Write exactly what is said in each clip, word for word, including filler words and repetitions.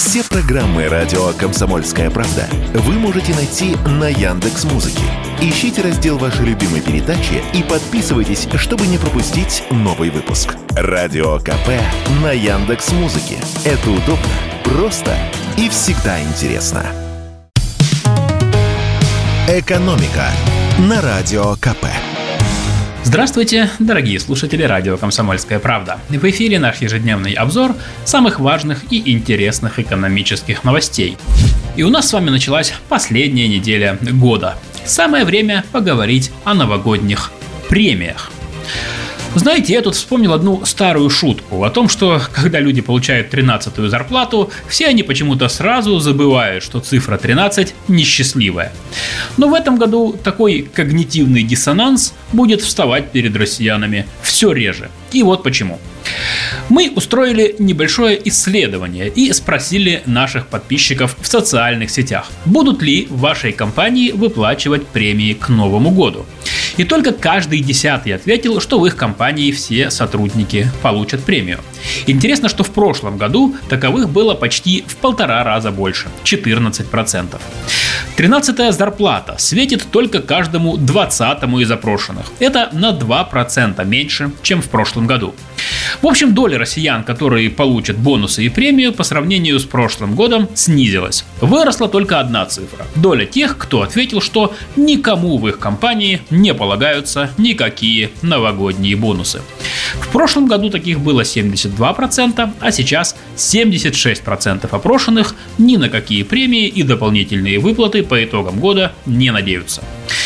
Все программы радио «Комсомольская правда» вы можете найти на Яндекс.Музыке. Ищите раздел вашей любимой передачи и подписывайтесь, чтобы не пропустить новый выпуск. Радио КП на Яндекс.Музыке. Это удобно, просто и всегда интересно. «Экономика» на Радио КП. Здравствуйте, дорогие слушатели радио «Комсомольская правда». В эфире наш ежедневный обзор самых важных и интересных экономических новостей. И у нас с вами началась последняя неделя года. Самое время поговорить о новогодних премиях. Знаете, я тут вспомнил одну старую шутку о том, что когда люди получают тринадцатую зарплату, все они почему-то сразу забывают, что цифра тринадцать несчастливая. Но в этом году такой когнитивный диссонанс будет вставать перед россиянами все реже. И вот почему. Мы устроили небольшое исследование и спросили наших подписчиков в социальных сетях, будут ли в вашей компании выплачивать премии к Новому году. И только каждый десятый ответил, что в их компании все сотрудники получат премию. Интересно, что в прошлом году таковых было почти в полтора раза больше – четырнадцать процентов. тринадцатая зарплата светит только каждому двадцатому из опрошенных. Это на два процента меньше, чем в прошлом году. В общем, доля россиян, которые получат бонусы и премию, по сравнению с прошлым годом снизилась. Выросла только одна цифра – доля тех, кто ответил, что никому в их компании не полагаются никакие новогодние бонусы. В прошлом году таких было семьдесят два процента, а сейчас семьдесят шесть процентов опрошенных ни на какие премии и дополнительные выплаты по итогам года не надеются.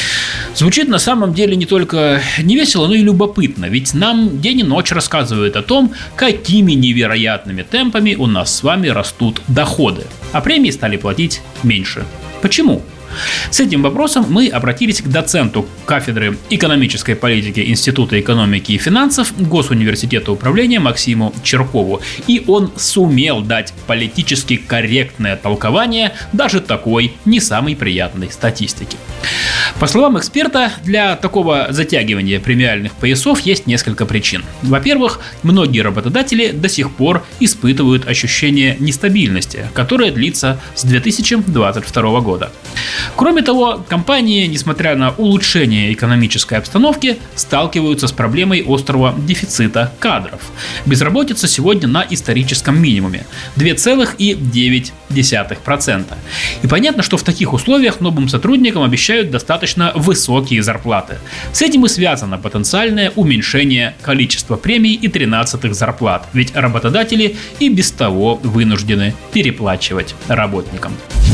Звучит на самом деле не только невесело, но и любопытно, ведь нам день и ночь рассказывают о том, какими невероятными темпами у нас с вами растут доходы, а премии стали платить меньше. Почему? С этим вопросом мы обратились к доценту кафедры экономической политики Института экономики и финансов Госуниверситета управления Максиму Черкову, и он сумел дать политически корректное толкование даже такой не самой приятной статистики. По словам эксперта, для такого затягивания премиальных поясов есть несколько причин. Во-первых, многие работодатели до сих пор испытывают ощущение нестабильности, которое длится с две тысячи двадцать второго года. Кроме того, компании, несмотря на улучшение экономической обстановки, сталкиваются с проблемой острого дефицита кадров. Безработица сегодня на историческом минимуме – две целых девять десятых процента. И понятно, что в таких условиях новым сотрудникам обещают достаточно высокие зарплаты. С этим и связано потенциальное уменьшение количества премий и тринадцатых зарплат, ведь работодатели и без того вынуждены переплачивать работникам.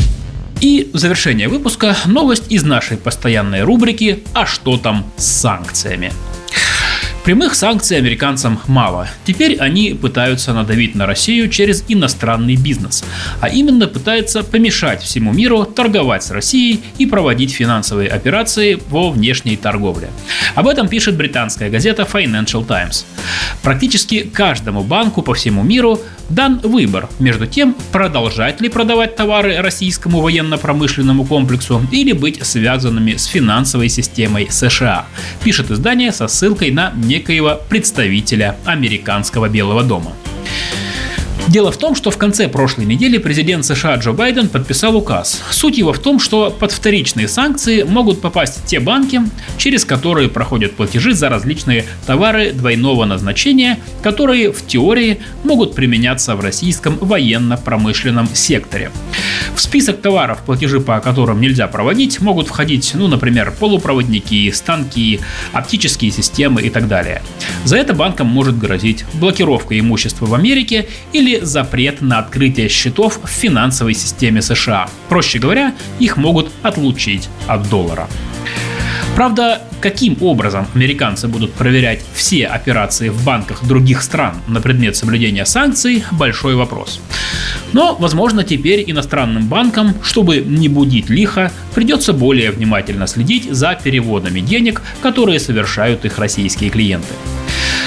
И в завершение выпуска новость из нашей постоянной рубрики «А что там с санкциями?». Прямых санкций американцам мало. Теперь они пытаются надавить на Россию через иностранный бизнес, а именно пытаются помешать всему миру торговать с Россией и проводить финансовые операции по внешней торговле. Об этом пишет британская газета Financial Times. Практически каждому банку по всему миру дан выбор между тем, продолжать ли продавать товары российскому военно-промышленному комплексу или быть связанными с финансовой системой США, пишет издание со ссылкой на некоего представителя американского Белого дома. Дело в том, что в конце прошлой недели президент США Джо Байден подписал указ. Суть его в том, что под вторичные санкции могут попасть те банки, через которые проходят платежи за различные товары двойного назначения, которые в теории могут применяться в российском военно-промышленном секторе. В список товаров, платежи по которым нельзя проводить, могут входить, ну, например, полупроводники, станки, оптические системы и так далее. За это банкам может грозить блокировка имущества в Америке или запрет на открытие счетов в финансовой системе США. Проще говоря, их могут отлучить от доллара. Правда, каким образом американцы будут проверять все операции в банках других стран на предмет соблюдения санкций – большой вопрос. Но, возможно, теперь иностранным банкам, чтобы не будить лихо, придется более внимательно следить за переводами денег, которые совершают их российские клиенты.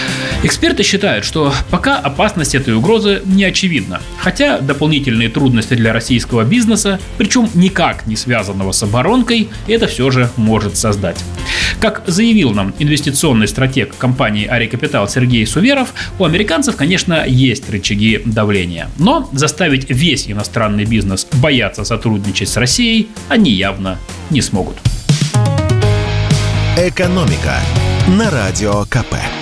Эксперты считают, что пока опасность этой угрозы не очевидна, хотя дополнительные трудности для российского бизнеса, причем никак не связанного с оборонкой, это все же может создать. Как заявил нам инвестиционный стратег компании Ари Капитал Сергей Суверов, у американцев, конечно, есть рычаги давления, но заставить весь иностранный бизнес бояться сотрудничать с Россией они явно не смогут. Экономика на Радио ка пэ.